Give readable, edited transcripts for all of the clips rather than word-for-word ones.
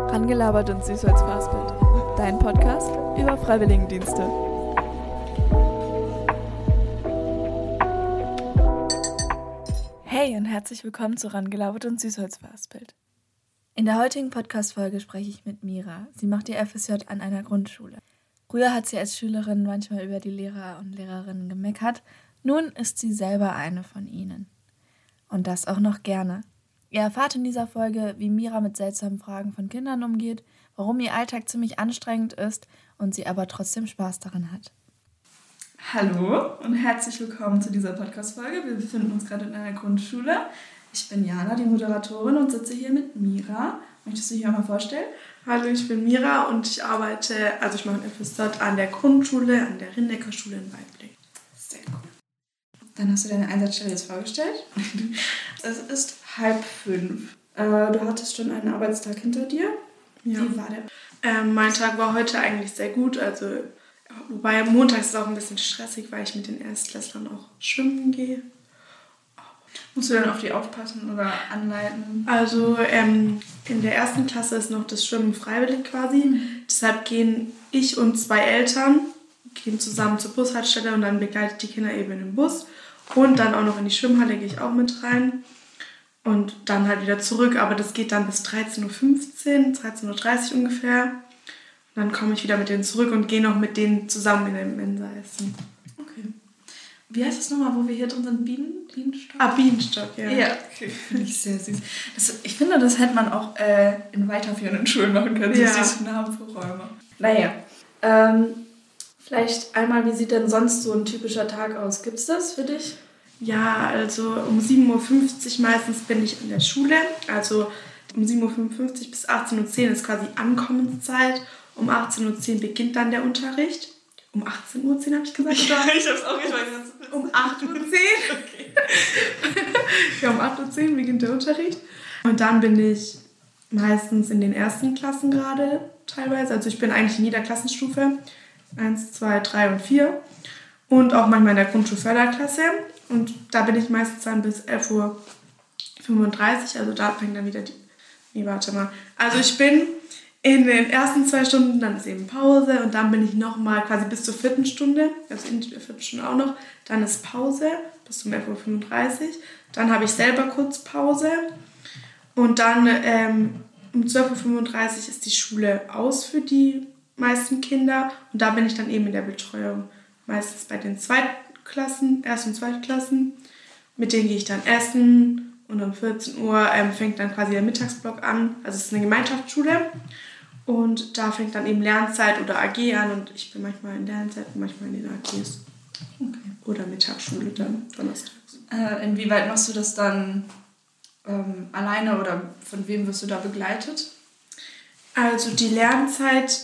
Rangelabert und süß als Fastbild. Dein Podcast über Freiwilligendienste. Hey und herzlich willkommen zu Rangelabert und süß als Fastbild. In der heutigen Podcast-Folge spreche ich mit Mira. Sie macht ihr FSJ an einer Grundschule. Früher hat sie als Schülerin manchmal über die Lehrer und Lehrerinnen gemeckert. Nun ist sie selber eine von ihnen. Und das auch noch gerne. Ihr erfahrt in dieser Folge, wie Mira mit seltsamen Fragen von Kindern umgeht, warum ihr Alltag ziemlich anstrengend ist und sie aber trotzdem Spaß daran hat. Hallo und herzlich willkommen zu dieser Podcast-Folge. Wir befinden uns gerade in einer Grundschule. Ich bin Jana, die Moderatorin, und sitze hier mit Mira. Möchtest du dich einmal vorstellen? Hallo, ich bin Mira und ich mache ein FSJ an der Grundschule, an der Rindecker-Schule in Weibling. Sehr cool. Dann hast du deine Einsatzstelle jetzt vorgestellt. Es ist 4:30. Du hattest schon einen Arbeitstag hinter dir. Ja. Wie war der? Mein Tag war heute eigentlich sehr gut. Wobei montags ist es auch ein bisschen stressig, weil ich mit den Erstklässlern auch schwimmen gehe. Musst du dann auf die aufpassen oder anleiten? Also in der ersten Klasse ist noch das Schwimmen freiwillig quasi. Deshalb gehen ich und 2 Eltern zusammen zur Bushaltestelle und dann begleitet die Kinder eben in den Bus. Und dann auch noch in die Schwimmhalle gehe ich auch mit rein. Und dann halt wieder zurück. Aber das geht dann bis 13:15 Uhr, 13:30 Uhr ungefähr. Und dann komme ich wieder mit denen zurück und gehe noch mit denen zusammen in der Mensa essen. Okay. Wie heißt das nochmal, wo wir hier drin sind? Bienenstock? Bienenstock, ja. Ja, okay. Finde ich sehr süß. Ich finde, das hätte man auch in weiterführenden Schulen machen können. Ja. So süße Namen für Räume. Naja. Vielleicht einmal, wie sieht denn sonst so ein typischer Tag aus? Gibt's das für dich? Ja, also um 7:50 Uhr meistens bin ich in der Schule. Also um 7:55 Uhr bis 18:10 Uhr ist quasi Ankommenszeit. Um 18:10 Uhr beginnt dann der Unterricht. Um 18:10 Uhr habe ich gesagt? Ja, ich habe es auch nicht mal gesagt. Um 8:10 Uhr. Okay. Ja, um 8:10 Uhr beginnt der Unterricht. Und dann bin ich meistens in den ersten Klassen gerade teilweise. Also ich bin eigentlich in jeder Klassenstufe. 1, 2, 3 und 4. Und auch manchmal in der Grundschulförderklasse. Und da bin ich meistens dann bis 11:35 Uhr. Also da fängt dann wieder die... Nee, warte mal. Also ich bin in den ersten 2 Stunden, dann ist eben Pause. Und dann bin ich nochmal quasi bis zur 4. Stunde. Also in der 4. Stunde auch noch. Dann ist Pause bis um 11:35 Uhr. Dann habe ich selber kurz Pause. Und dann um 12:35 Uhr ist die Schule aus für die meisten Kinder. Und da bin ich dann eben in der Betreuung. Meistens bei den Zweitklassen, Erst- und Zweitklassen. Mit denen gehe ich dann essen. Und um 14 Uhr fängt dann quasi der Mittagsblock an. Also es ist eine Gemeinschaftsschule. Und da fängt dann eben Lernzeit oder AG an. Und ich bin manchmal in Lernzeit und manchmal in den AGs. Okay. Oder Mittagsschule dann donnerstags. Inwieweit machst du das dann alleine oder von wem wirst du da begleitet? Also die Lernzeit,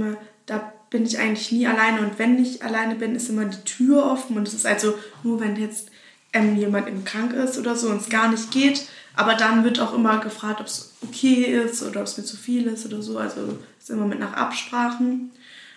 da bin ich eigentlich nie alleine. Und wenn ich alleine bin, ist immer die Tür offen. Und es ist also nur, wenn jetzt jemand eben krank ist oder so und es gar nicht geht. Aber dann wird auch immer gefragt, ob es okay ist oder ob es mir zu viel ist oder so. Also es ist immer mit nach Absprachen.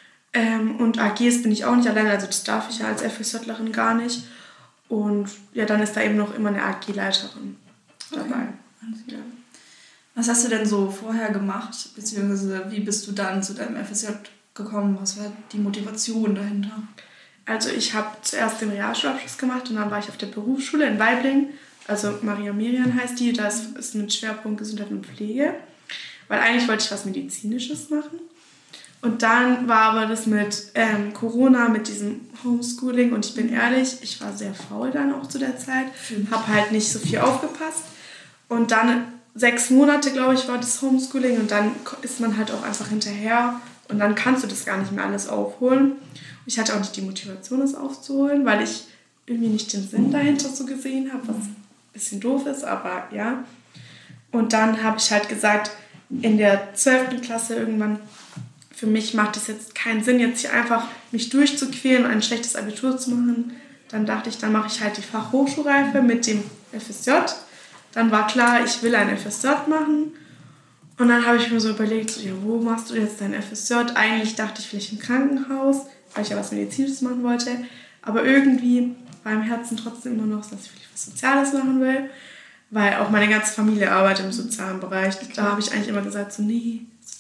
Und AGs bin ich auch nicht alleine. Also das darf ich ja als FSJlerin gar nicht. Und ja, dann ist da eben noch immer eine AG-Leiterin dabei. Ja. Was hast du denn so vorher gemacht? Beziehungsweise wie bist du dann zu deinem FSJ gekommen? Was war die Motivation dahinter? Also ich habe zuerst den Realschulabschluss gemacht und dann war ich auf der Berufsschule in Weibling. Also Maria Merian heißt die. Das ist mit Schwerpunkt Gesundheit und Pflege. Weil eigentlich wollte ich was Medizinisches machen. Und dann war aber das mit Corona, mit diesem Homeschooling. Und ich bin ehrlich, ich war sehr faul dann auch zu der Zeit. Habe halt nicht so viel aufgepasst. Und dann 6 Monate, glaube ich, war das Homeschooling. Und dann ist man halt auch einfach hinterher. Und dann kannst du das gar nicht mehr alles aufholen. Ich hatte auch nicht die Motivation, das aufzuholen, weil ich irgendwie nicht den Sinn dahinter so gesehen habe, was ein bisschen doof ist, aber ja. Und dann habe ich halt gesagt, in der 12. Klasse irgendwann, für mich macht es jetzt keinen Sinn, jetzt hier einfach mich durchzuquälen und ein schlechtes Abitur zu machen. Dann dachte ich, dann mache ich halt die Fachhochschulreife mit dem FSJ. Dann war klar, ich will ein FSJ machen. Und dann habe ich mir so überlegt, ja, wo machst du jetzt dein FSJ? Eigentlich dachte ich vielleicht im Krankenhaus, weil ich ja was Medizinisches machen wollte. Aber irgendwie war im Herzen trotzdem immer noch, dass ich vielleicht was Soziales machen will. Weil auch meine ganze Familie arbeitet im sozialen Bereich. Da habe ich eigentlich immer gesagt, so nee,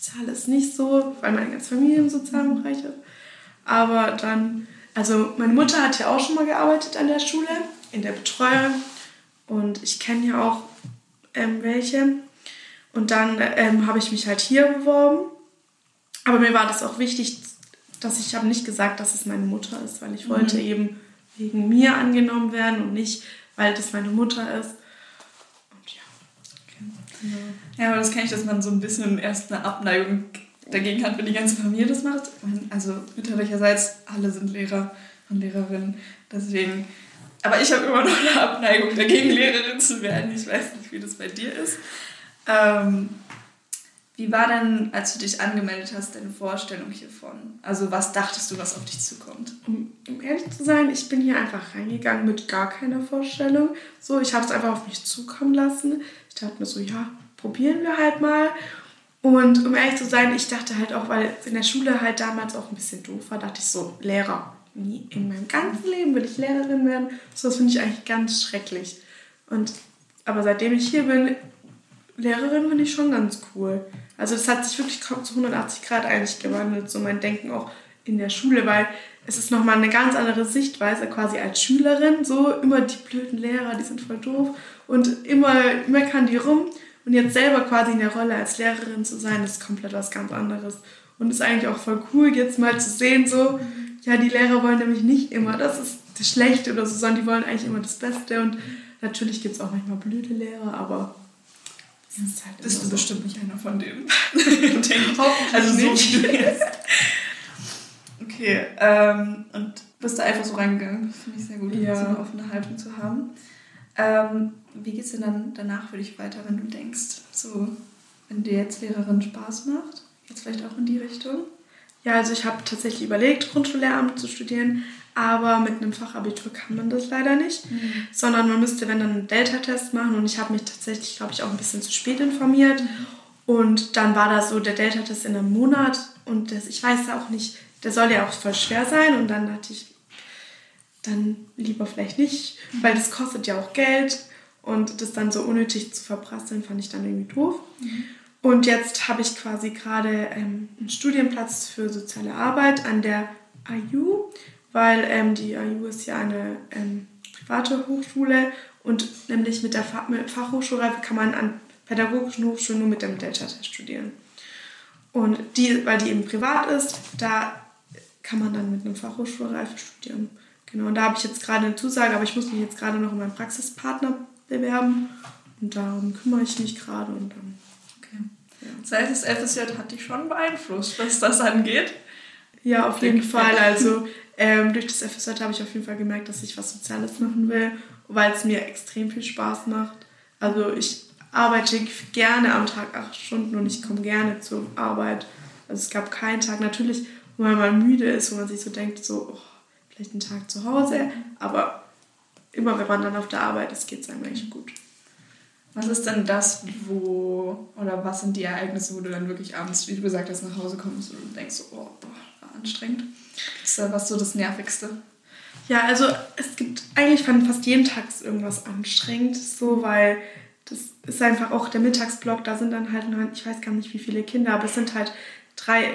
Soziales nicht so, weil meine ganze Familie im sozialen Bereich ist. Aber dann, also meine Mutter hat ja auch schon mal gearbeitet an der Schule, in der Betreuung. Und ich kenne ja auch welche. Und dann habe ich mich halt hier beworben. Aber mir war das auch wichtig, dass ich habe nicht gesagt, dass es meine Mutter ist, weil ich wollte eben wegen mir angenommen werden und nicht, weil das meine Mutter ist. Und ja. Okay. Ja, aber das kenne ich, dass man so ein bisschen erst eine Abneigung dagegen hat, wenn die ganze Familie das macht. Also mütterlicherseits, alle sind Lehrer und Lehrerinnen. Deswegen. Aber ich habe immer noch eine Abneigung dagegen, Lehrerin zu werden. Ich weiß nicht, wie das bei dir ist. Wie war denn, als du dich angemeldet hast, deine Vorstellung hiervon? Also was dachtest du, was auf dich zukommt? Um ehrlich zu sein, ich bin hier einfach reingegangen mit gar keiner Vorstellung. So, ich habe es einfach auf mich zukommen lassen. Ich dachte mir so, ja, probieren wir halt mal. Und um ehrlich zu sein, ich dachte halt auch, weil es in der Schule halt damals auch ein bisschen doof war, dachte ich so, Lehrer. Nie in meinem ganzen Leben will ich Lehrerin werden. So, das finde ich eigentlich ganz schrecklich. Aber seitdem ich hier bin, Lehrerin finde ich schon ganz cool. Also das hat sich wirklich zu 180 Grad eigentlich gewandelt, so mein Denken auch in der Schule, weil es ist nochmal eine ganz andere Sichtweise quasi als Schülerin. So immer die blöden Lehrer, die sind voll doof und immer meckern die rum. Und jetzt selber quasi in der Rolle als Lehrerin zu sein, ist komplett was ganz anderes. Und ist eigentlich auch voll cool, jetzt mal zu sehen, so, ja, die Lehrer wollen nämlich nicht immer, das ist das Schlechte oder so, sondern die wollen eigentlich immer das Beste. Und natürlich gibt es auch manchmal blöde Lehrer, aber das ist halt bist du so. Bestimmt nicht einer von denen. Also so wie du jetzt. Okay, und bist du einfach so reingegangen? Finde ich sehr gut, ja. So eine offene Haltung zu haben. Wie geht es dir dann danach für dich weiter, wenn du denkst, so, wenn dir jetzt Lehrerin Spaß macht, jetzt vielleicht auch in die Richtung? Ja, also ich habe tatsächlich überlegt, Grundschullehramt zu studieren, aber mit einem Fachabitur kann man das leider nicht, sondern man müsste, wenn dann einen Delta-Test machen und ich habe mich tatsächlich, glaube ich, auch ein bisschen zu spät informiert und dann war da so der Delta-Test in einem Monat und ich weiß ja auch nicht, der soll ja auch voll schwer sein und dann dachte ich, dann lieber vielleicht nicht, weil das kostet ja auch Geld und das dann so unnötig zu verprasseln, fand ich dann irgendwie doof. Und jetzt habe ich quasi gerade einen Studienplatz für soziale Arbeit an der IU, weil die IU ist ja eine private Hochschule und nämlich mit der Fachhochschulreife kann man an pädagogischen Hochschulen nur mit dem Delta-Test studieren. Und weil die eben privat ist, da kann man dann mit einem Fachhochschulreife studieren. Genau, und da habe ich jetzt gerade eine Zusage, aber ich muss mich jetzt gerade noch um meinen Praxispartner bewerben und darum kümmere ich mich gerade und dann. Ja. Das heißt, das FSJ hat dich schon beeinflusst, was das angeht? Ja, auf jeden Fall. Also durch das FSJ habe ich auf jeden Fall gemerkt, dass ich was Soziales machen will, weil es mir extrem viel Spaß macht. Also ich arbeite gerne am Tag 8 Stunden und ich komme gerne zur Arbeit. Also es gab keinen Tag, natürlich, wo man mal müde ist, wo man sich so denkt, so, oh, vielleicht einen Tag zu Hause, aber immer wenn man dann auf der Arbeit ist, geht es einem eigentlich gut. Was ist denn das, oder was sind die Ereignisse, wo du dann wirklich abends, wie du gesagt hast, nach Hause kommst und denkst so, oh, war anstrengend? Ist da was so das Nervigste? Ja, also es gibt eigentlich fast jeden Tag irgendwas anstrengend, so, weil das ist einfach auch der Mittagsblock, da sind dann halt, ich weiß gar nicht wie viele Kinder, aber es sind halt 3,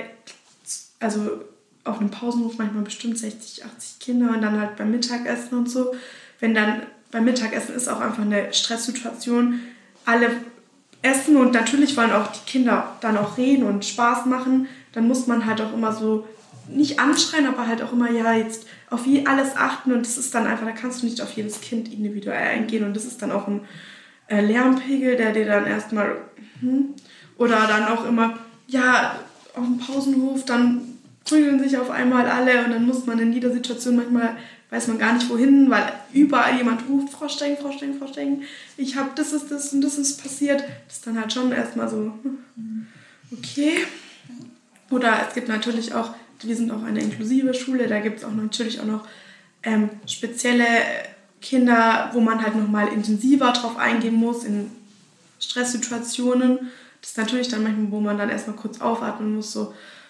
also auf einem Pausenhof manchmal bestimmt 60, 80 Kinder und dann halt beim Mittagessen und so. Wenn dann beim Mittagessen ist auch einfach eine Stresssituation, alle essen und natürlich wollen auch die Kinder dann auch reden und Spaß machen, dann muss man halt auch immer so, nicht anschreien, aber halt auch immer, ja, jetzt auf alles achten und das ist dann einfach, da kannst du nicht auf jedes Kind individuell eingehen und das ist dann auch ein Lärmpegel, der dir dann erstmal, oder dann auch immer, ja, auf dem Pausenhof, dann prügeln sich auf einmal alle und dann muss man in jeder Situation manchmal, weiß man gar nicht wohin, weil überall jemand ruft, Frau Steng, Frau Steng, Frau Steng, ich habe das ist das und das ist passiert. Das ist dann halt schon erstmal so, okay. Oder es gibt natürlich auch, wir sind auch eine inklusive Schule, da gibt es auch natürlich auch noch spezielle Kinder, wo man halt nochmal intensiver drauf eingehen muss in Stresssituationen. Das ist natürlich dann manchmal, wo man dann erstmal kurz aufatmen muss, so,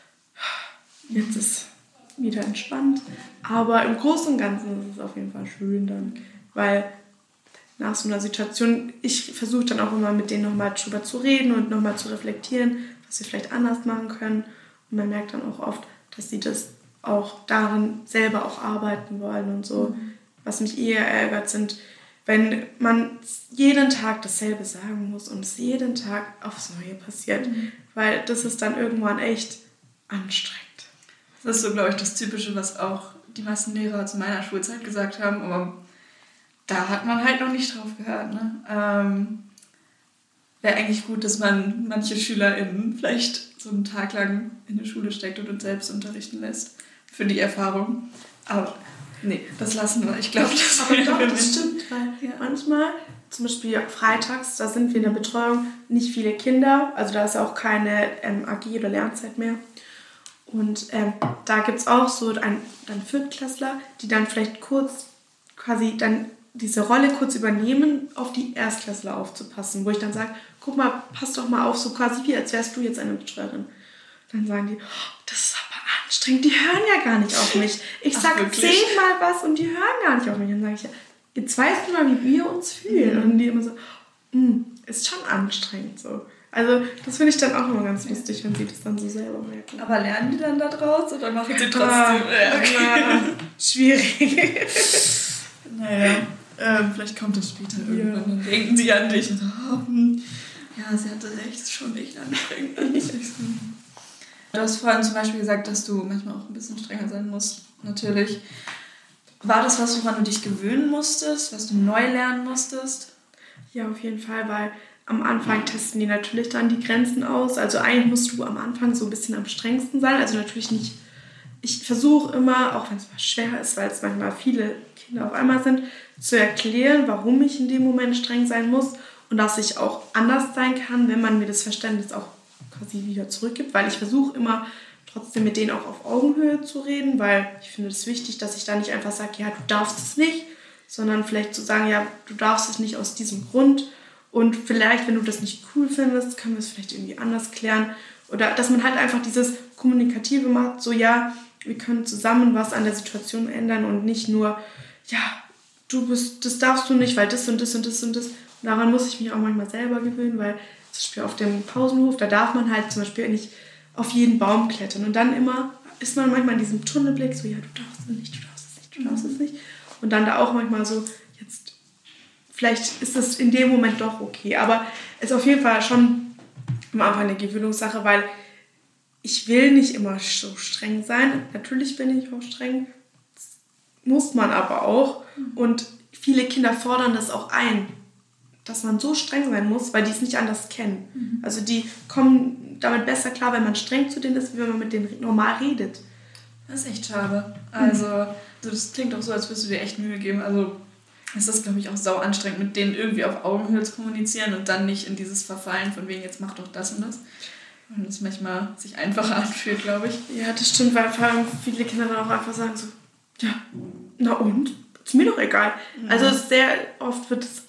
jetzt ist wieder entspannt. Aber im Großen und Ganzen ist es auf jeden Fall schön dann, weil nach so einer Situation, ich versuche dann auch immer mit denen nochmal drüber zu reden und nochmal zu reflektieren, was wir vielleicht anders machen können. Und man merkt dann auch oft, dass sie das auch darin selber auch arbeiten wollen und so. Was mich eher ärgert, sind, wenn man jeden Tag dasselbe sagen muss und es jeden Tag aufs Neue passiert. Weil das ist dann irgendwann echt anstrengend. Das ist so, glaube ich, das Typische, was auch die meisten Lehrer zu meiner Schulzeit gesagt haben. Aber da hat man halt noch nicht drauf gehört. Ne? Wäre eigentlich gut, dass man manche SchülerInnen vielleicht so einen Tag lang in die Schule steckt und uns selbst unterrichten lässt. Für die Erfahrung. Aber nee, das lassen wir. Ich glaube, das stimmt. Weil manchmal, zum Beispiel freitags, da sind wir in der Betreuung, nicht viele Kinder. Also da ist auch keine AG oder Lernzeit mehr. Und da gibt es auch so dann Viertklässler, die dann vielleicht kurz quasi dann diese Rolle kurz übernehmen, auf die Erstklässler aufzupassen. Wo ich dann sage, guck mal, pass doch mal auf, so quasi wie, als wärst du jetzt eine Betreuerin. Dann sagen die, das ist aber anstrengend, die hören ja gar nicht auf mich. Ich sage 10-mal was und die hören gar nicht auf mich. Dann sage ich, ja, jetzt weißt du mal, wie wir uns fühlen. Und die immer so, ist schon anstrengend so. Also das finde ich dann auch immer ganz lustig, wenn sie das dann so selber merken. Aber lernen die dann da draus oder machen sie trotzdem? Schwierig. Naja, vielleicht kommt das später irgendwann. Dann denken sie an dich und so, ja, sie hatte recht, ist schon echt anstrengend. Du hast vorhin zum Beispiel gesagt, dass du manchmal auch ein bisschen strenger sein musst. Natürlich. War das was, woran du dich gewöhnen musstest, was du neu lernen musstest? Ja, auf jeden Fall, weil am Anfang testen die natürlich dann die Grenzen aus. Also eigentlich musst du am Anfang so ein bisschen am strengsten sein. Also natürlich nicht. Ich versuche immer, auch wenn es mal schwer ist, weil es manchmal viele Kinder auf einmal sind, zu erklären, warum ich in dem Moment streng sein muss und dass ich auch anders sein kann, wenn man mir das Verständnis auch quasi wieder zurückgibt. Weil ich versuche immer trotzdem mit denen auch auf Augenhöhe zu reden, weil ich finde es wichtig, dass ich da nicht einfach sage, ja, du darfst es nicht, sondern vielleicht zu sagen, ja, du darfst es nicht aus diesem Grund. Und vielleicht, wenn du das nicht cool findest, können wir es vielleicht irgendwie anders klären. Oder dass man halt einfach dieses Kommunikative macht, so ja, wir können zusammen was an der Situation ändern und nicht nur, ja, das darfst du nicht, weil das und das und das und das. Und daran muss ich mich auch manchmal selber gewöhnen, weil zum Beispiel auf dem Pausenhof, da darf man halt zum Beispiel nicht auf jeden Baum klettern. Und dann immer ist man manchmal in diesem Tunnelblick, so ja, du darfst es nicht, du darfst es nicht, du darfst es nicht. Und dann da auch manchmal so, jetzt vielleicht ist das in dem Moment doch okay. Aber es ist auf jeden Fall schon am Anfang eine Gewöhnungssache, weil ich will nicht immer so streng sein. Natürlich bin ich auch streng, das muss man aber auch. Und viele Kinder fordern das auch ein, dass man so streng sein muss, weil die es nicht anders kennen. Also die kommen damit besser klar, wenn man streng zu denen ist, wie wenn man mit denen normal redet. Das ist echt schade. Also das klingt auch so, als würdest du dir echt Mühe geben. Also es ist, glaube ich, auch sau anstrengend, mit denen irgendwie auf Augenhöhe zu kommunizieren und dann nicht in dieses Verfallen von wegen, jetzt mach doch das und das. Und das manchmal sich einfacher anfühlt, glaube ich. Ja, das stimmt, weil vor allem viele Kinder dann auch einfach sagen so, ja, na und? Ist mir doch egal. Also sehr oft wird es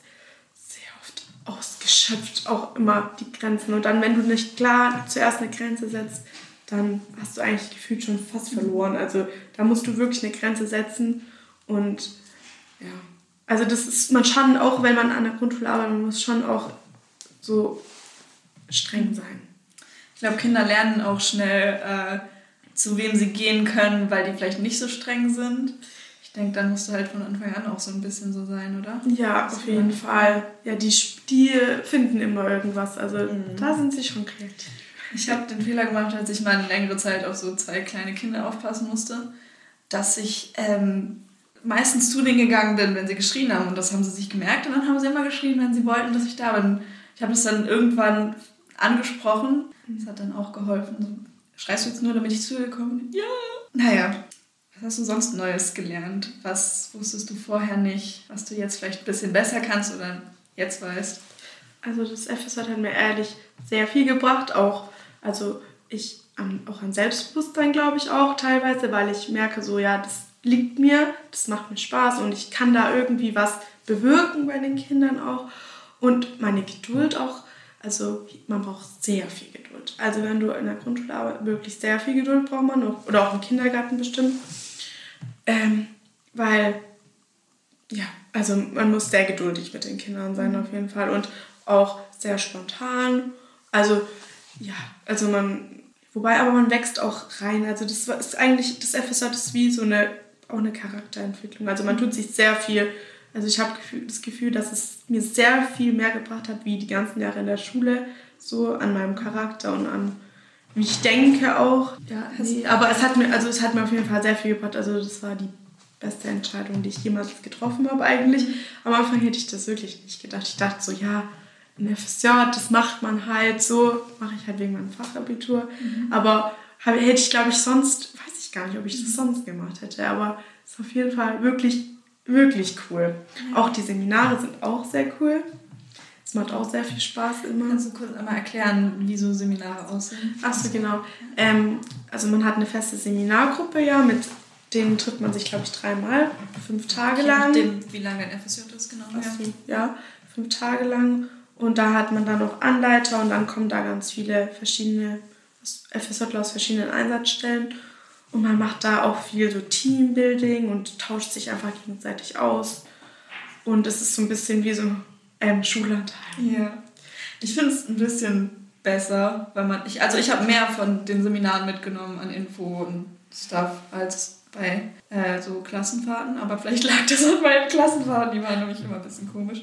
ausgeschöpft, auch immer die Grenzen. Und dann, wenn du nicht klar zuerst eine Grenze setzt, dann hast du eigentlich gefühlt schon fast verloren. Also da musst du wirklich eine Grenze setzen. Und ja, also das ist, man schon, auch wenn man an der Grundschule arbeitet, man muss schon auch so streng sein. Ich glaube, Kinder lernen auch schnell, zu wem sie gehen können, weil die vielleicht nicht so streng sind. Ich denke, dann musst du halt von Anfang an auch so ein bisschen so sein, oder? Ja, auf jeden Fall. Ja, die finden immer irgendwas. Also da sind sie schon kreativ. Ich habe den Fehler gemacht, als ich mal eine längere Zeit auf so 2 kleine Kinder aufpassen musste, dass ich meistens zu denen gegangen bin, wenn sie geschrien haben. Und das haben sie sich gemerkt. Und dann haben sie immer geschrien, wenn sie wollten, dass ich da bin. Ich habe das dann irgendwann angesprochen. Das hat dann auch geholfen. So, schreist du jetzt nur, damit ich zu dir gekommen bin? Ja. Naja. Was hast du sonst Neues gelernt? Was wusstest du vorher nicht, was du jetzt vielleicht ein bisschen besser kannst oder jetzt weißt? Also das FSJ hat mir ehrlich sehr viel gebracht. Auch an Selbstbewusstsein, glaube ich, auch teilweise, weil ich merke so, ja, das liegt mir, das macht mir Spaß und ich kann da irgendwie was bewirken bei den Kindern auch. Und meine Geduld auch. Also man braucht sehr viel Geduld. Also wenn du in der Grundschule arbeitest, wirklich sehr viel Geduld braucht man. Oder auch im Kindergarten bestimmt. Weil Ja, also man muss sehr geduldig mit den Kindern sein auf jeden Fall und auch sehr spontan. Also ja, also aber man wächst auch rein. Also das ist eigentlich, das FSJ ist wie so auch eine Charakterentwicklung. Also man tut sich sehr viel, also ich habe das Gefühl, dass es mir sehr viel mehr gebracht hat, wie die ganzen Jahre in der Schule, so an meinem Charakter und an wie ich denke auch. Ja, nee, aber es hat mir auf jeden Fall sehr viel gebracht. Also das war die beste Entscheidung, die ich jemals getroffen habe eigentlich. Am Anfang hätte ich das wirklich nicht gedacht. Ich dachte so, ja, ein FSJ, das macht man halt so, mache ich halt wegen meinem Fachabitur. Aber hätte ich, glaube ich, sonst, weiß ich gar nicht, ob ich das sonst gemacht hätte. Aber es ist auf jeden Fall wirklich, wirklich cool. Auch die Seminare sind auch sehr cool. Es macht auch sehr viel Spaß immer. Kannst du kurz einmal erklären, wie so Seminare aussehen? Achso, genau. Also man hat eine feste Seminargruppe, ja, mit denen trifft man sich, glaube ich, 3-mal, 5 Tage lang. Wie lange ein FSJ ist, genau. Achso, ja, 5 Tage lang. Und da hat man dann noch Anleiter und dann kommen da ganz viele verschiedene FSJler aus verschiedenen Einsatzstellen. Und man macht da auch viel so Teambuilding und tauscht sich einfach gegenseitig aus. Und es ist so ein bisschen wie so Schullandheim. Ja. Ich finde es ein bisschen besser, weil ich habe mehr von den Seminaren mitgenommen an Info und Stuff als bei so Klassenfahrten. Aber vielleicht lag das an meinen Klassenfahrten, die waren nämlich immer ein bisschen komisch.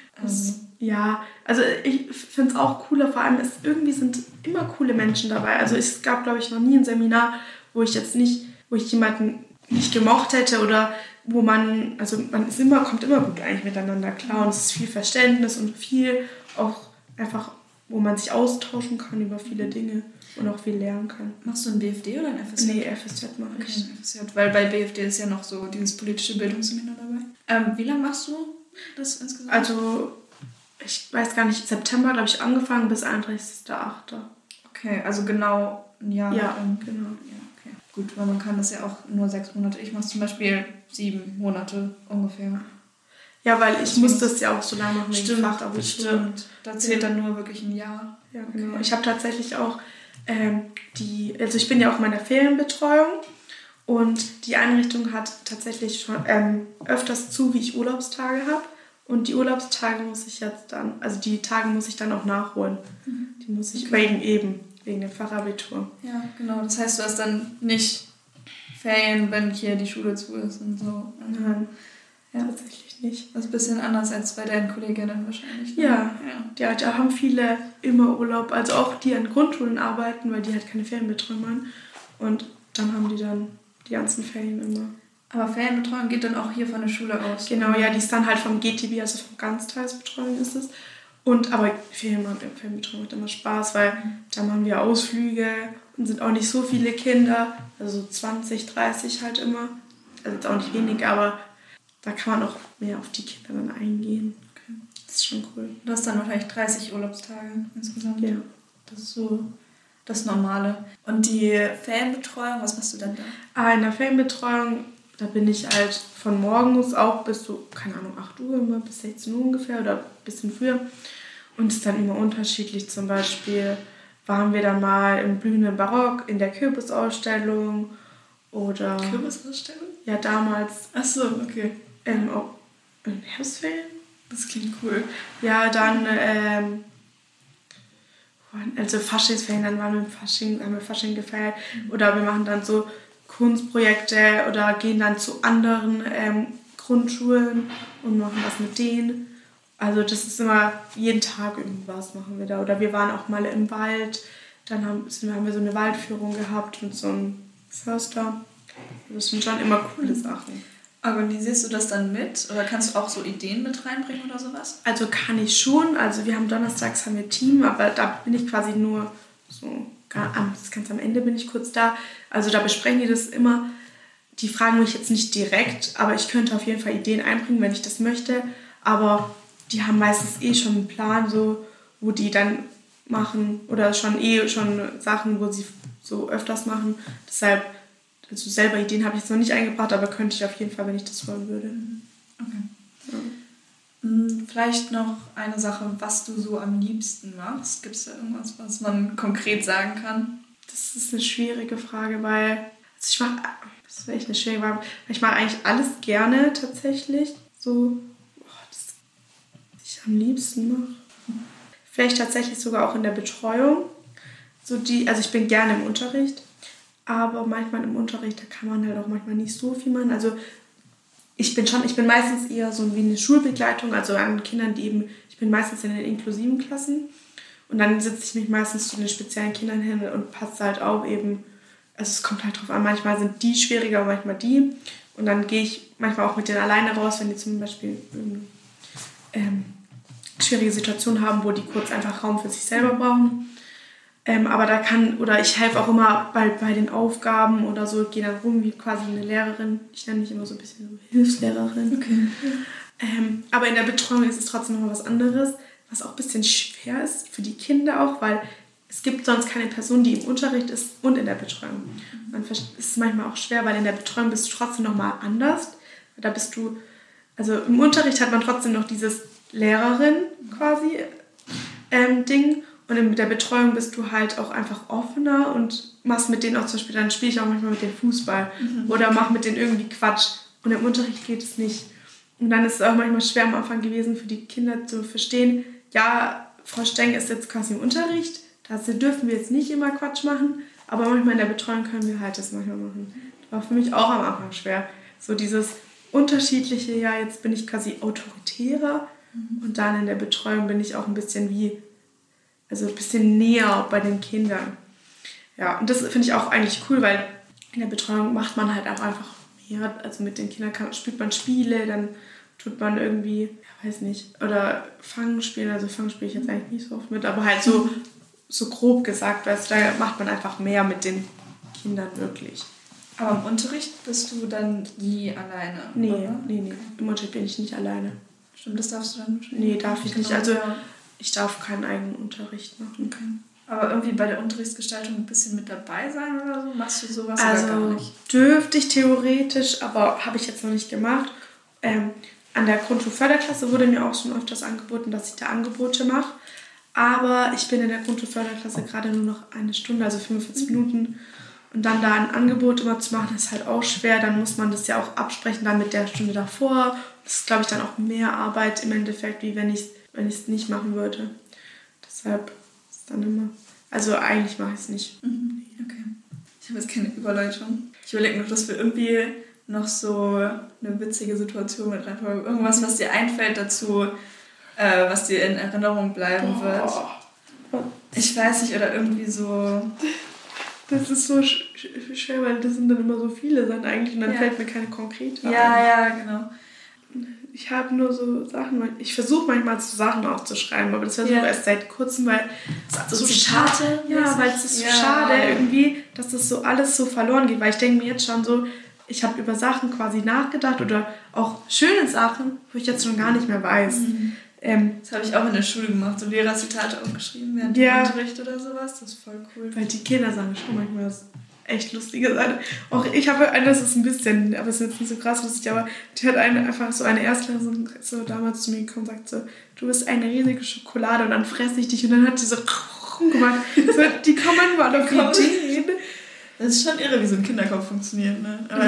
Ja, also ich finde es auch cooler, vor allem irgendwie sind immer coole Menschen dabei. Also es gab, glaube ich, noch nie ein Seminar, wo ich jemanden nicht gemocht hätte oder man kommt immer gut eigentlich miteinander klar und es ist viel Verständnis und viel auch einfach, wo man sich austauschen kann über viele Dinge und auch viel lernen kann. Machst du ein BFD oder ein FSJ? Nee, FSJ mache ich. Okay, FSJ, weil bei BFD ist ja noch so dieses politische Bildungsseminar dabei. Wie lange machst du das insgesamt? Also, ich weiß gar nicht, September, glaube ich, angefangen bis 31.08. Okay, also genau ein Jahr. Ja, genau. Ja, okay. Gut, weil man kann das ja auch nur 6 Monate. Ich mache zum Beispiel 7 Monate ungefähr. Ja, weil ich muss das ja auch so lange machen wegen Fachabitur. Stimmt, da zählt dann nur wirklich ein Jahr. Ja, genau. Okay. Ich habe tatsächlich auch ich bin ja auch in meiner Ferienbetreuung und die Einrichtung hat tatsächlich schon öfters zu, wie ich Urlaubstage habe. Und die Urlaubstage muss ich die Tage muss ich dann auch nachholen. Die muss ich wegen dem Fachabitur. Ja, genau. Das heißt, du hast dann nicht Ferien, wenn hier die Schule zu ist und so. Nein, tatsächlich nicht. Das ist ein bisschen anders als bei deinen Kolleginnen wahrscheinlich. Ne? Ja, da haben viele immer Urlaub. Also auch die an Grundschulen arbeiten, weil die halt keine Ferienbetreuung haben. Und dann haben die dann die ganzen Ferien immer. Aber Ferienbetreuung geht dann auch hier von der Schule aus? Genau, ja, die ist dann halt vom GTB, also vom Ganztagesbetreuung ist es. Aber Ferienbetreuung macht immer Spaß, weil da machen wir Ausflüge und sind auch nicht so viele Kinder, also 20, 30 halt immer. Also jetzt auch nicht wenig, aber da kann man auch mehr auf die Kinder dann eingehen. Okay. Das ist schon cool. Du hast dann wahrscheinlich 30 Urlaubstage insgesamt. Ja. Das ist so das Normale. Und die Ferienbetreuung, was machst du dann da? In der Ferienbetreuung, da bin ich halt von morgens auch bis so, keine Ahnung, 8 Uhr immer, bis 16 Uhr ungefähr oder ein bisschen früher. Und es ist dann immer unterschiedlich. Zum Beispiel waren wir dann mal im blühenden Barock in der Kürbisausstellung oder... Kürbisausstellung? Ja, damals. Ach so, okay. Auch in Herbstferien. Das klingt cool. Ja, dann also Faschingsferien, dann haben wir Fasching gefeiert. Oder wir machen dann so Kunstprojekte oder gehen dann zu anderen Grundschulen und machen was mit denen. Also das ist immer, jeden Tag irgendwas machen wir da. Oder wir waren auch mal im Wald, dann haben wir so eine Waldführung gehabt mit so einem Förster. Das sind schon immer coole Sachen. Organisierst du das dann mit? Oder kannst du auch so Ideen mit reinbringen oder sowas? Also kann ich schon. Also wir haben donnerstags Team, aber da bin ich quasi nur so, ganz am Ende bin ich kurz da. Also da besprechen die das immer. Die fragen mich jetzt nicht direkt, aber ich könnte auf jeden Fall Ideen einbringen, wenn ich das möchte. Aber die haben meistens schon einen Plan, so, wo die dann machen oder schon Sachen, wo sie so öfters machen. Deshalb, also selber Ideen habe ich jetzt noch nicht eingebracht, aber könnte ich auf jeden Fall, wenn ich das wollen würde. Okay. Ja. Vielleicht noch eine Sache, was du so am liebsten machst. Gibt es da irgendwas, was man konkret sagen kann? Das ist eine schwierige Frage, weil das ist echt eine schwierige Frage. Ich mache eigentlich alles gerne tatsächlich. so, das ich am liebsten mache. Vielleicht tatsächlich sogar auch in der Betreuung. Also ich bin gerne im Unterricht, aber manchmal im Unterricht, da kann man halt auch manchmal nicht so viel machen. Also ich bin meistens eher so wie eine Schulbegleitung, also an Kindern, ich bin meistens in den inklusiven Klassen und dann setze ich mich meistens zu den speziellen Kindern hin und passe halt auf eben, also es kommt halt drauf an, manchmal sind die schwieriger und manchmal die und dann gehe ich manchmal auch mit denen alleine raus, wenn die zum Beispiel schwierige Situationen haben, wo die kurz einfach Raum für sich selber brauchen. Aber ich helfe auch immer bei den Aufgaben oder so, gehe dann rum wie quasi eine Lehrerin. Ich nenne mich immer so ein bisschen so Hilfslehrerin. Okay. Aber in der Betreuung ist es trotzdem nochmal was anderes, was auch ein bisschen schwer ist für die Kinder auch, weil es gibt sonst keine Person, die im Unterricht ist und in der Betreuung. Dann ist es manchmal auch schwer, weil in der Betreuung bist du trotzdem nochmal anders. Da bist du, also im Unterricht hat man trotzdem noch dieses Lehrerin quasi Ding. Und in der Betreuung bist du halt auch einfach offener und machst mit denen auch zum Beispiel, dann spiele ich auch manchmal mit denen Fußball oder mach mit denen irgendwie Quatsch. Und im Unterricht geht es nicht. Und dann ist es auch manchmal schwer am Anfang gewesen für die Kinder zu verstehen, ja, Frau Steng ist jetzt quasi im Unterricht, da dürfen wir jetzt nicht immer Quatsch machen, aber manchmal in der Betreuung können wir halt das manchmal machen. Das war für mich auch am Anfang schwer. So dieses unterschiedliche, ja, jetzt bin ich quasi autoritärer und dann in der Betreuung bin ich auch ein bisschen ein bisschen näher bei den Kindern. Ja, und das finde ich auch eigentlich cool, weil in der Betreuung macht man halt auch einfach mehr. Also mit den Kindern spielt man Spiele, dann tut man irgendwie, ja, weiß nicht, oder Fangen spielen. Also Fangen spiele ich jetzt eigentlich nicht so oft mit, aber halt so grob gesagt, weißt du, da macht man einfach mehr mit den Kindern wirklich. Aber im Unterricht bist du dann nie alleine? Nee, oder? Nee. Im Unterricht bin ich nicht alleine. Stimmt, das darfst du dann nicht? Nee, darf ich nicht. Also ich darf keinen eigenen Unterricht machen. Okay. Aber irgendwie bei der Unterrichtsgestaltung ein bisschen mit dabei sein oder so? Machst du sowas also, oder gar nicht? Dürfte ich theoretisch, aber habe ich jetzt noch nicht gemacht. An der Grundschulförderklasse wurde mir auch schon öfters angeboten, dass ich da Angebote mache. Aber ich bin in der Grundschulförderklasse gerade nur noch eine Stunde, also 45 Minuten. Und dann da ein Angebot immer zu machen, ist halt auch schwer. Dann muss man das ja auch absprechen dann mit der Stunde davor. Das ist, glaube ich, dann auch mehr Arbeit im Endeffekt, wie wenn ich es nicht machen würde. Deshalb ist es dann immer... Also eigentlich mache ich es nicht. Okay. Ich habe jetzt keine Überleitung. Ich überlege noch, dass wir irgendwie noch so eine witzige Situation mit reinpacken. Irgendwas, was dir einfällt dazu, was dir in Erinnerung bleiben wird. Ich weiß nicht, oder irgendwie so... Das ist so schwer, weil das sind dann immer so viele Sachen eigentlich und dann fällt mir keine konkrete ein. Ja, genau. Ich habe nur so Sachen, ich versuche manchmal so Sachen aufzuschreiben, aber das versuche ich erst seit kurzem, weil es so schade, weil es ist so schade irgendwie, dass das so alles so verloren geht, weil ich denke mir jetzt schon so, ich habe über Sachen quasi nachgedacht oder auch schöne Sachen, wo ich jetzt schon gar nicht mehr weiß. Das habe ich auch in der Schule gemacht, so Lehrerzitate aufgeschrieben während dem Unterricht oder sowas, das ist voll cool. Weil die Kinder sagen schon manchmal echt lustige Sachen. Auch ich habe eine, das ist ein bisschen, aber es ist jetzt nicht so krass lustig, aber die hat einfach so eine Erstklässlerin so damals zu mir gekommen und sagt so, du bist eine riesige Schokolade und dann fresse ich dich und dann hat sie so gemacht. So, die kann man mal auf Ideen. Das ist schon irre, wie so ein Kinderkopf funktioniert, ne? Aber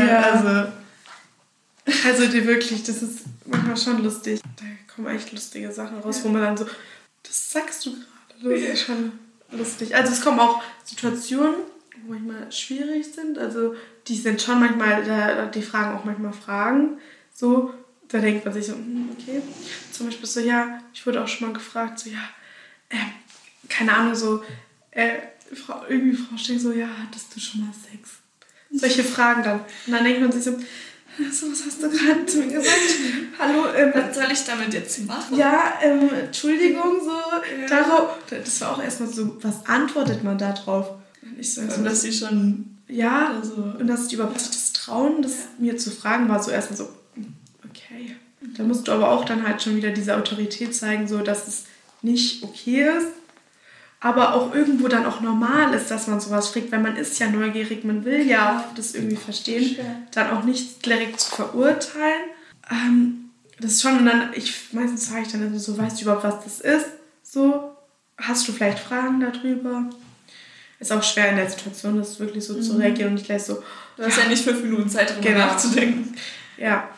Also die wirklich, das ist manchmal schon lustig. Da kommen echt lustige Sachen raus, wo man dann so, das sagst du gerade, das ist schon lustig. Also es kommen auch Situationen, wo manchmal schwierig sind, also die sind schon manchmal, die fragen auch manchmal Fragen, so, da denkt man sich so, okay, zum Beispiel so, ja, ich wurde auch schon mal gefragt, so, ja, keine Ahnung, so, Frau Steng so, ja, hattest du schon mal Sex? Solche Fragen dann. Und dann denkt man sich so, was hast du gerade zu mir gesagt? Hallo, was soll ich damit jetzt machen? Ja, Entschuldigung, so, darauf, das war auch erstmal so, was antwortet man da drauf? Ich so, also, dass sie schon... Ja, also, und dass die überhaupt sich das trauen, das mir zu fragen, war so erstmal so, okay. Da musst du aber auch dann halt schon wieder diese Autorität zeigen, so, dass es nicht okay ist, aber auch irgendwo dann auch normal ist, dass man sowas fragt, weil man ist ja neugierig, man will ja das irgendwie verstehen, dann auch nicht direkt zu verurteilen. Das ist schon, und dann, meistens frage ich dann so, weißt du überhaupt, was das ist? So, hast du vielleicht Fragen darüber? Ist auch schwer in der Situation, das wirklich so zu reagieren und nicht gleich so... Du hast ja nicht 5 Minuten Zeit, darüber nachzudenken. Ja.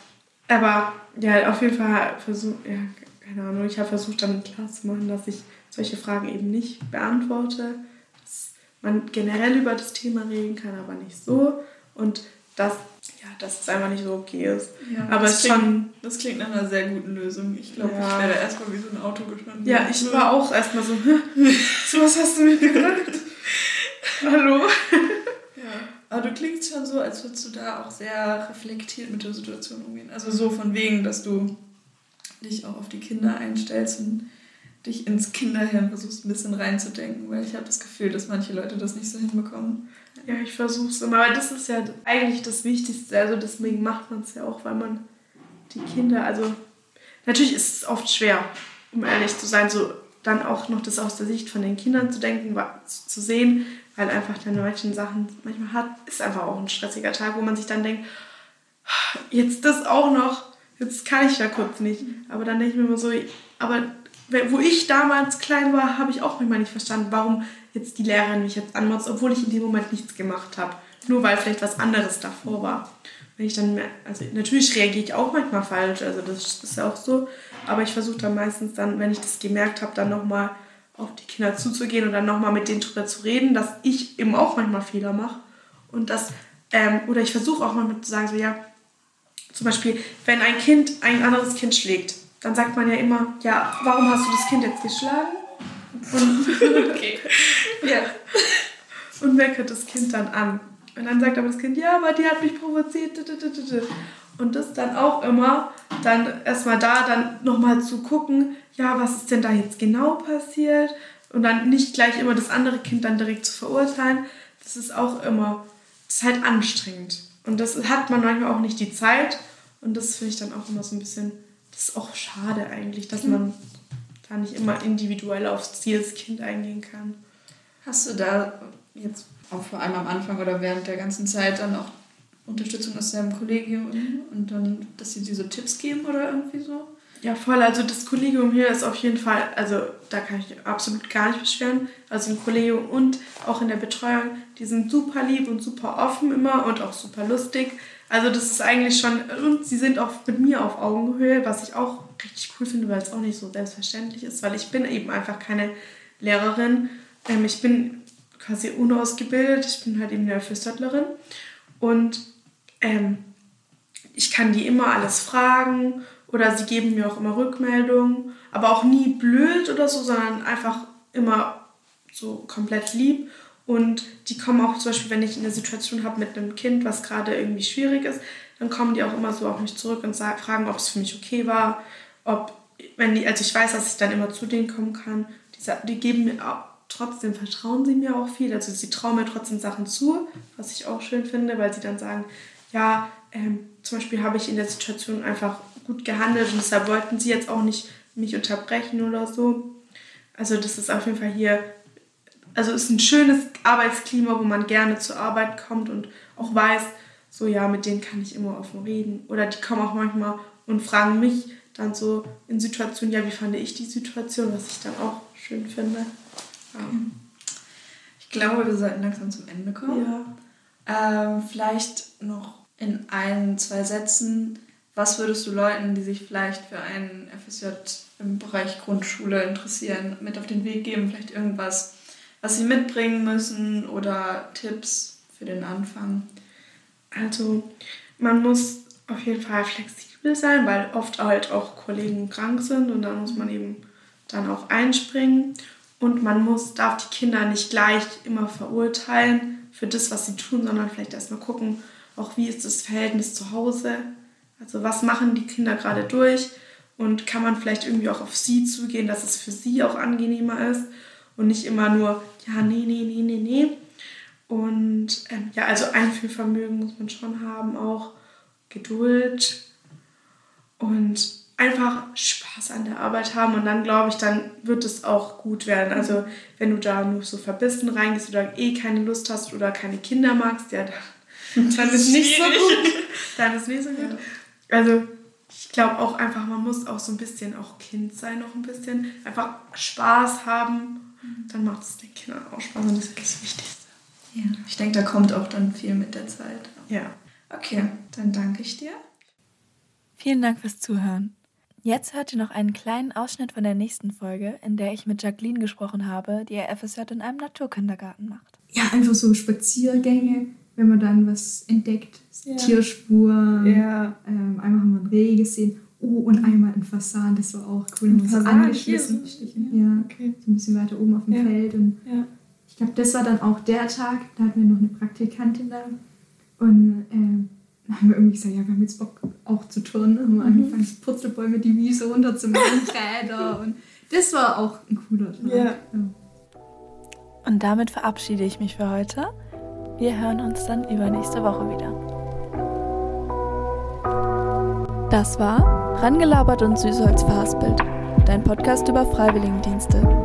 Aber ja, auf jeden Fall keine Ahnung, ich habe versucht dann klarzumachen, dass ich solche Fragen eben nicht beantworte. Dass man generell über das Thema reden kann, aber nicht so. Und dass es einfach nicht so okay ist. Ja, aber das klingt nach einer sehr guten Lösung. Ich glaube, ich wäre da erstmal wie so ein Auto gestanden. Ja, ich war auch erstmal so, was hast du mir gesagt? Hallo? Ja, aber du klingst schon so, als würdest du da auch sehr reflektiert mit der Situation umgehen. Also so von wegen, dass du dich auch auf die Kinder einstellst und dich ins Kinderhirn versuchst ein bisschen reinzudenken, weil ich habe das Gefühl, dass manche Leute das nicht so hinbekommen. Ja, ich versuche es immer, aber das ist ja eigentlich das Wichtigste, also deswegen macht man es ja auch, weil man die Kinder, also natürlich ist es oft schwer, um ehrlich zu sein, so dann auch noch das aus der Sicht von den Kindern zu denken, zu sehen, weil einfach dann manche Sachen manchmal ist einfach auch ein stressiger Tag, wo man sich dann denkt, jetzt das auch noch, jetzt kann ich da kurz nicht, aber dann denke ich mir immer so, aber wo ich damals klein war, habe ich auch manchmal nicht verstanden, warum jetzt die Lehrerin mich jetzt anmotzt, obwohl ich in dem Moment nichts gemacht habe. Nur weil vielleicht was anderes davor war. Wenn ich dann also natürlich reagiere ich auch manchmal falsch, also das ist ja auch so, aber ich versuche dann meistens dann, wenn ich das gemerkt habe, dann nochmal auf die Kinder zuzugehen und dann nochmal mit denen drüber zu reden, dass ich eben auch manchmal Fehler mache und oder ich versuche auch manchmal zu sagen, so ja, zum Beispiel, wenn ein Kind ein anderes Kind schlägt, dann sagt man ja immer, ja, warum hast du das Kind jetzt geschlagen? Okay. Ja. Und meckert das Kind dann an. Und dann sagt aber das Kind, ja, aber die hat mich provoziert. Und das dann auch immer, dann erstmal da, dann nochmal zu gucken, ja, was ist denn da jetzt genau passiert? Und dann nicht gleich immer das andere Kind dann direkt zu verurteilen. Das ist auch immer, das ist halt anstrengend. Und das hat man manchmal auch nicht die Zeit. Und das finde ich dann auch immer so ein bisschen, das ist auch schade eigentlich, dass man da nicht immer individuell aufs jedes Kind eingehen kann. Hast du da jetzt auch vor allem am Anfang oder während der ganzen Zeit dann auch Unterstützung aus deinem Kollegium und dann, dass sie dir so Tipps geben oder irgendwie so? Ja, voll. Also das Kollegium hier ist auf jeden Fall, also da kann ich absolut gar nicht beschweren. Also im Kollegium und auch in der Betreuung, die sind super lieb und super offen immer und auch super lustig. Also das ist eigentlich schon, und sie sind auch mit mir auf Augenhöhe, was ich auch richtig cool finde, weil es auch nicht so selbstverständlich ist, weil ich bin eben einfach keine Lehrerin. Ich bin quasi unausgebildet, ich bin halt eben eine Fürstöttlerin und ich kann die immer alles fragen oder sie geben mir auch immer Rückmeldungen, aber auch nie blöd oder so, sondern einfach immer so komplett lieb. Und die kommen auch zum Beispiel, wenn ich eine Situation habe mit einem Kind, was gerade irgendwie schwierig ist, dann kommen die auch immer so auf mich zurück und fragen, ob es für mich okay war, also ich weiß, dass ich dann immer zu denen kommen kann. Die geben mir auch, trotzdem vertrauen sie mir auch viel, also sie trauen mir trotzdem Sachen zu, was ich auch schön finde, weil sie dann sagen, ja, zum Beispiel habe ich in der Situation einfach gut gehandelt und deshalb wollten sie jetzt auch nicht mich unterbrechen oder so. Also das ist auf jeden Fall hier, also es ist ein schönes Arbeitsklima, wo man gerne zur Arbeit kommt und auch weiß, so ja, mit denen kann ich immer offen reden. Oder die kommen auch manchmal und fragen mich dann so in Situationen, ja, wie fand ich die Situation, was ich dann auch schön finde. Ja. Ich glaube, wir sollten langsam zum Ende kommen. Ja. Vielleicht noch in 1-2 Sätzen, was würdest du Leuten, die sich vielleicht für einen FSJ im Bereich Grundschule interessieren, mit auf den Weg geben? Vielleicht irgendwas, was sie mitbringen müssen oder Tipps für den Anfang? Also man muss auf jeden Fall flexibel sein, weil oft halt auch Kollegen krank sind und dann muss man eben dann auch einspringen. Und man darf die Kinder nicht gleich immer verurteilen für das, was sie tun, sondern vielleicht erstmal gucken, auch wie ist das Verhältnis zu Hause. Also was machen die Kinder gerade durch und kann man vielleicht irgendwie auch auf sie zugehen, dass es für sie auch angenehmer ist und nicht immer nur, ja, nee. Und also Einfühlvermögen muss man schon haben, auch Geduld und einfach Spaß an der Arbeit haben und dann glaube ich, dann wird es auch gut werden. Also wenn du da nur so verbissen reingehst oder keine Lust hast oder keine Kinder magst, ja, dann ist nicht so gut. Dann ist nicht so gut. Ja. Also ich glaube auch einfach, man muss auch so ein bisschen auch Kind sein, noch ein bisschen. Einfach Spaß haben, dann macht es den Kindern auch Spaß und das ist das Wichtigste. Ja, ich denke, da kommt auch dann viel mit der Zeit. Ja. Okay, dann danke ich dir. Vielen Dank fürs Zuhören. Jetzt hört ihr noch einen kleinen Ausschnitt von der nächsten Folge, in der ich mit Jacqueline gesprochen habe, die ihr FSJ in einem Naturkindergarten macht. Ja, einfach so Spaziergänge, wenn man dann was entdeckt, Tierspuren. Ja. Einmal haben wir ein Reh gesehen. Und einmal ein Fasan, das war auch cool. Ein Fasan so angeschlossen. Ja, okay. So ein bisschen weiter oben auf dem Feld. Und ich glaube, das war dann auch der Tag, da hatten wir noch eine Praktikantin da. Und dann haben wir irgendwie gesagt, ja, wir haben jetzt Bock auch zu turnen. Haben wir angefangen, Purzelbäume die Wiese runterzumachen, Räder. Und das war auch ein cooler Tag. Ja. Und damit verabschiede ich mich für heute. Wir hören uns dann übernächste Woche wieder. Das war Rangelabert und Süßholz verhaspelt, dein Podcast über Freiwilligendienste.